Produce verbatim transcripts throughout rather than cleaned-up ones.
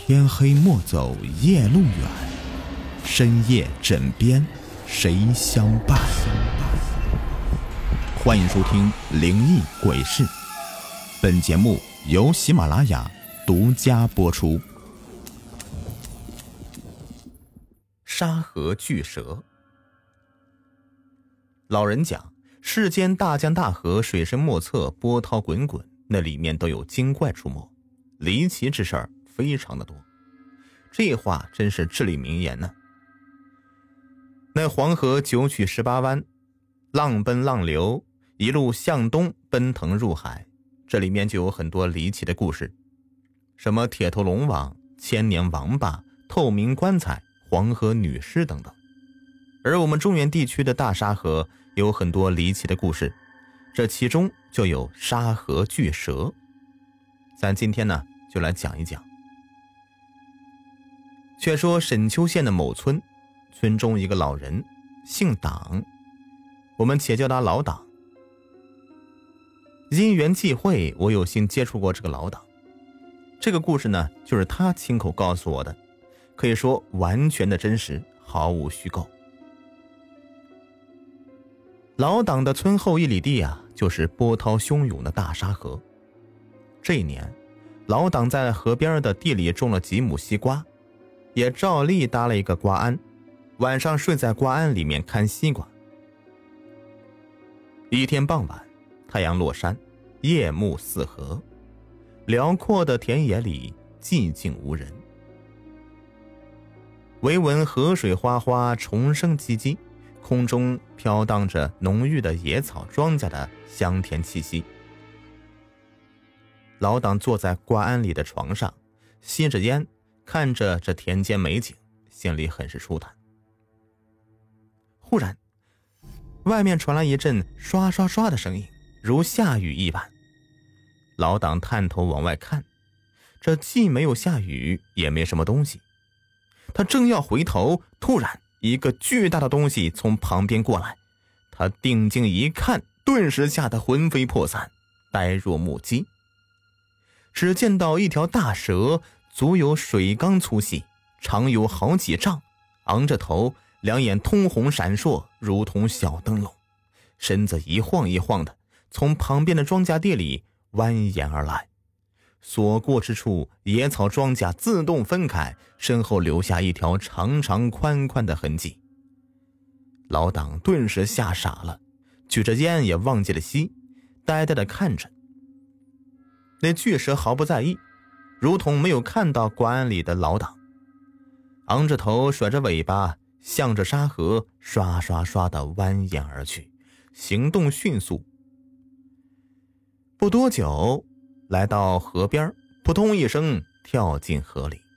天黑莫走夜路远，深夜枕边谁相伴？欢迎收听灵异鬼事，本节目由喜马拉雅独家播出。沙河巨蛇。老人讲，世间大江大河，水深莫测，波涛滚滚，那里面都有精怪出没，离奇之事儿非常的多。这话真是至理名言呢。那黄河九曲十八弯，浪奔浪流，一路向东奔腾入海，这里面就有很多离奇的故事，什么铁头龙王、千年王八、透明棺材、黄河女尸等等。而我们中原地区的大沙河有很多离奇的故事，这其中就有沙河巨蛇。咱今天呢就来讲一讲。却说沈丘县的某村，村中一个老人姓党，我们且叫他老党。因缘际会，我有幸接触过这个老党。这个故事呢就是他亲口告诉我的，可以说完全的真实，毫无虚构。老党的村后一里地啊，就是波涛汹涌的大沙河。这一年，老党在河边的地里种了几亩西瓜，也照例搭了一个瓜庵，晚上睡在瓜庵里面看西瓜。一天傍晚，太阳落山，夜幕四合，辽阔的田野里寂静无人，唯闻河水哗哗，虫声唧唧，空中飘荡着浓郁的野草庄稼的香甜气息。老党坐在瓜庵里的床上，吸着烟，看着这田间美景，心里很是舒坦。忽然外面传来一阵刷刷刷的声音，如下雨一般。老党探头往外看，这既没有下雨，也没什么东西。他正要回头，突然一个巨大的东西从旁边过来，他定睛一看，顿时吓得魂飞魄散，呆若木鸡。只见到一条大蛇，足有水缸粗细，长有好几丈，昂着头，两眼通红闪烁，如同小灯笼，身子一晃一晃的从旁边的庄稼地里蜿蜒而来。所过之处，野草庄稼自动分开，身后留下一条长长宽宽的痕迹。老党顿时吓傻了，举着烟也忘记了吸，呆呆地看着。那巨蛇毫不在意，如同没有看到瓜庵里的老党，昂着头，甩着尾巴，向着沙河刷刷刷地蜿蜒而去，行动迅速。不多久，来到河边，扑通一声跳进河里。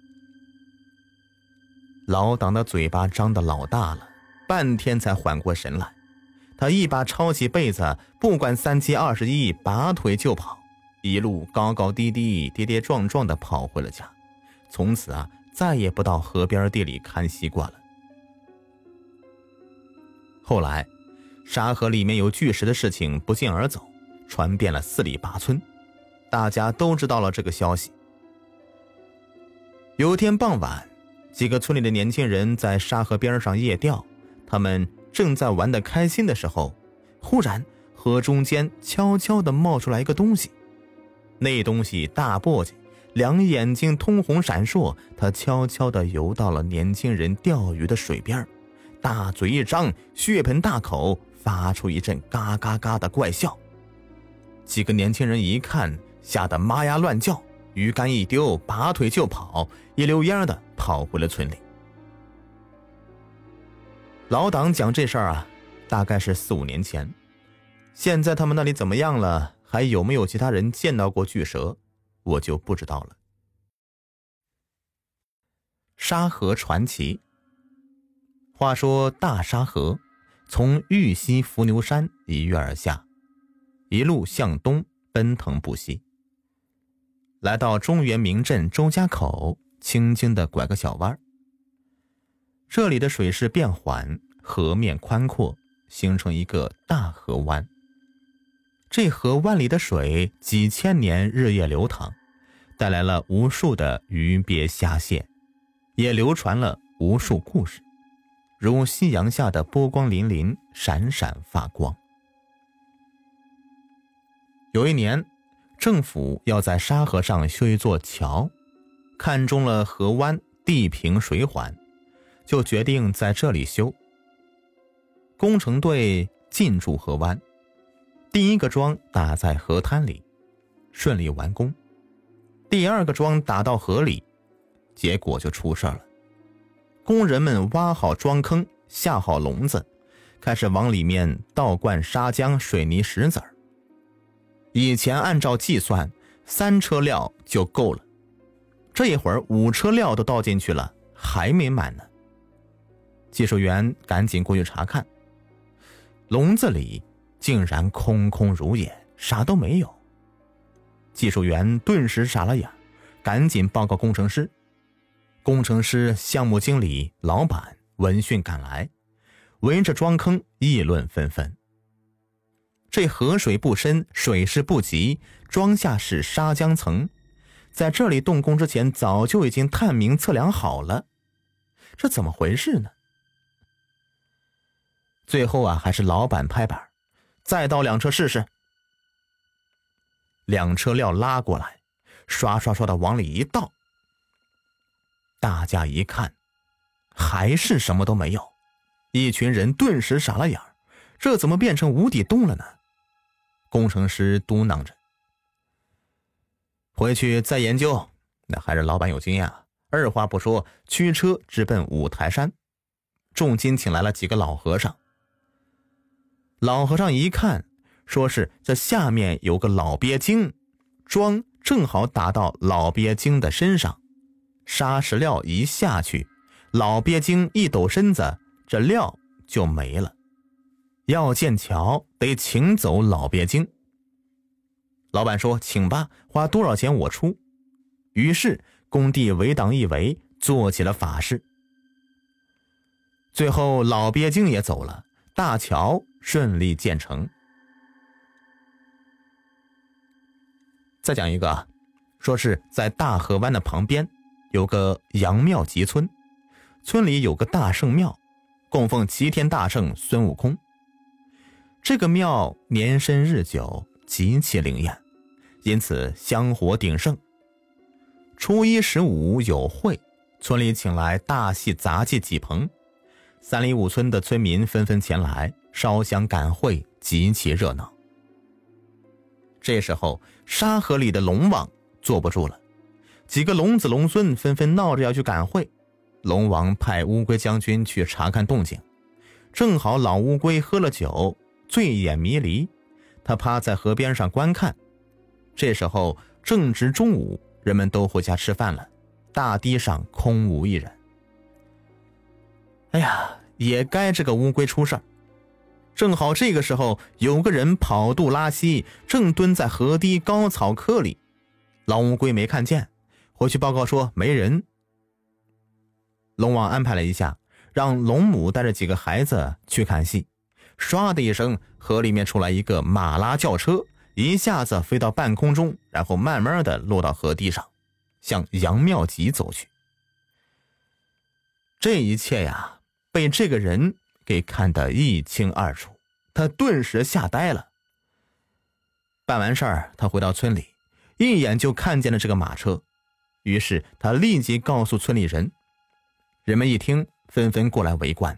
老党的嘴巴张得老大了，半天才缓过神来。他一把抄起被子，不管三七二十一，拔腿就跑，一路高高低低，跌跌撞撞地跑回了家。从此啊，再也不到河边地里看西瓜了。后来沙河里面有巨石的事情不胫而走，传遍了四里八村，大家都知道了这个消息。有天傍晚，几个村里的年轻人在沙河边上夜钓，他们正在玩得开心的时候，忽然河中间悄悄地冒出来一个东西。那东西大簸箕，两眼睛通红闪烁，它悄悄地游到了年轻人钓鱼的水边，大嘴一张，血盆大口，发出一阵嘎嘎嘎的怪笑。几个年轻人一看，吓得妈呀乱叫，鱼竿一丢，拔腿就跑，一溜烟的跑回了村里。老党讲这事儿啊，大概是四五年前。现在他们那里怎么样了，还有没有其他人见到过巨蛇，我就不知道了。沙河传奇。话说大沙河从玉溪伏牛山一跃而下，一路向东奔腾不息，来到中原名镇周家口，轻轻地拐个小弯。这里的水势变缓，河面宽阔，形成一个大河湾。这河湾里的水几千年日夜流淌， 带来了无数的鱼鳖虾蟹，也流传了无数故事，如夕阳下的波光粼粼，闪闪发光。有一年，政府要在沙河上修一座桥，看中了河湾地平水缓，就决定在这里修。工程队进驻河湾，第一个桩打在河滩里，顺利完工。第二个桩打到河里，结果就出事了。工人们挖好桩坑，下好笼子，开始往里面倒灌沙浆、水泥、石子儿。以前按照计算，三车料就够了，这一会儿五车料都倒进去了，还没满呢。技术员赶紧过去查看，笼子里竟然空空如也，啥都没有。技术员顿时傻了眼，赶紧报告工程师。工程师、项目经理、老板闻讯赶来，围着桩坑议论纷纷。这河水不深，水势不急，桩下是沙浆层，在这里动工之前早就已经探明测量好了，这怎么回事呢？最后啊，还是老板拍板，再倒两车试试。两车料拉过来，刷刷刷的往里一倒，大家一看，还是什么都没有，一群人顿时傻了眼，这怎么变成无底洞了呢？工程师嘟囔着，回去再研究。那还是老板有经验啊，二话不说，驱车直奔五台山，重金请来了几个老和尚。老和尚一看，说是这下面有个老鳖精，桩正好打到老鳖精的身上，沙石料一下去，老鳖精一抖身子，这料就没了。要建桥得请走老鳖精。老板说请吧，花多少钱我出。于是工地围挡一围，做起了法事。最后老鳖精也走了，大桥顺利建成。再讲一个啊，说是在大河湾的旁边有个杨庙集村，村里有个大圣庙，供奉齐天大圣孙悟空。这个庙年深日久，极其灵验，因此香火鼎盛。初一十五有会，村里请来大戏杂技几棚，三里五村的村民纷纷前来烧香赶会，极其热闹。这时候沙河里的龙王坐不住了，几个龙子龙孙纷纷闹着要去赶会。龙王派乌龟将军去查看动静，正好老乌龟喝了酒，醉眼迷离，他趴在河边上观看。这时候正值中午，人们都回家吃饭了，大堤上空无一人。哎呀，也该这个乌龟出事儿。正好这个时候，有个人跑肚拉稀，正蹲在河堤高草窠里。老乌龟没看见，回去报告说没人。龙王安排了一下，让龙母带着几个孩子去看戏。唰的一声，河里面出来一个马拉轿车，一下子飞到半空中，然后慢慢的落到河堤上，向杨庙集走去。这一切呀，被这个人给看得一清二楚，他顿时吓呆了。办完事儿，他回到村里，一眼就看见了这个马车，于是他立即告诉村里人。人们一听，纷纷过来围观。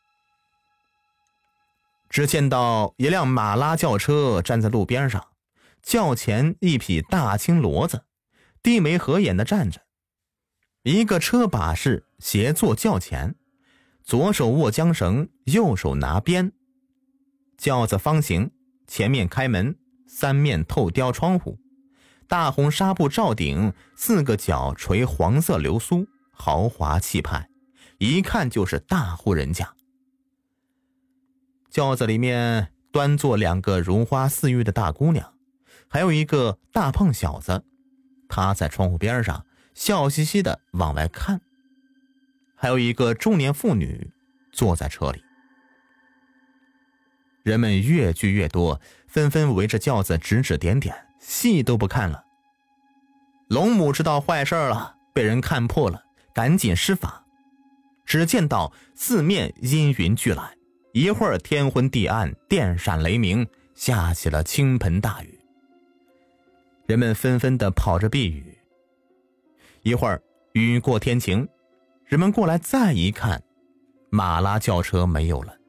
只见到一辆马拉轿车站在路边上，轿前一匹大青骡子，低眉合眼地站着。一个车把式斜坐轿前，左手握缰绳，右手拿鞭。轿子方形，前面开门，三面透雕窗户，大红纱布罩顶，四个角垂黄色流苏，豪华气派，一看就是大户人家。轿子里面端坐两个如花似玉的大姑娘，还有一个大胖小子，趴在窗户边上笑嘻嘻的往外看，还有一个中年妇女坐在车里。人们越聚越多，纷纷围着轿子指指点点，戏都不看了。 龙母知道坏事了，被人看破了，赶紧施法。只见到四面阴云聚来，一会儿天昏地暗，电闪雷鸣，下起了倾盆大雨。人们纷纷地跑着避雨。一会儿雨过天晴，人们过来再一看，马拉轿车没有了。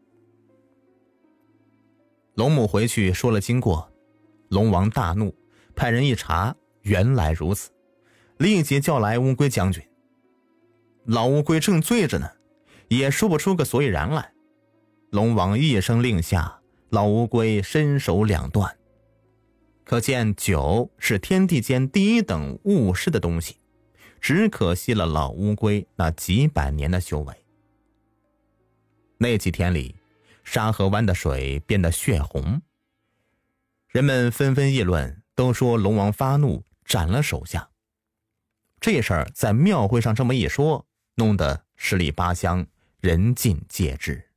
龙母回去说了经过，龙王大怒，派人一查，原来如此，立即叫来乌龟将军。老乌龟正醉着呢，也说不出个所以然来。龙王一声令下，老乌龟身首两断。可见酒是天地间第一等物事的东西，只可惜了老乌龟那几百年的修为。那几天里，沙河湾的水变得血红，人们纷纷议论，都说龙王发怒斩了手下。这事儿在庙会上这么一说，弄得十里八乡人尽皆知。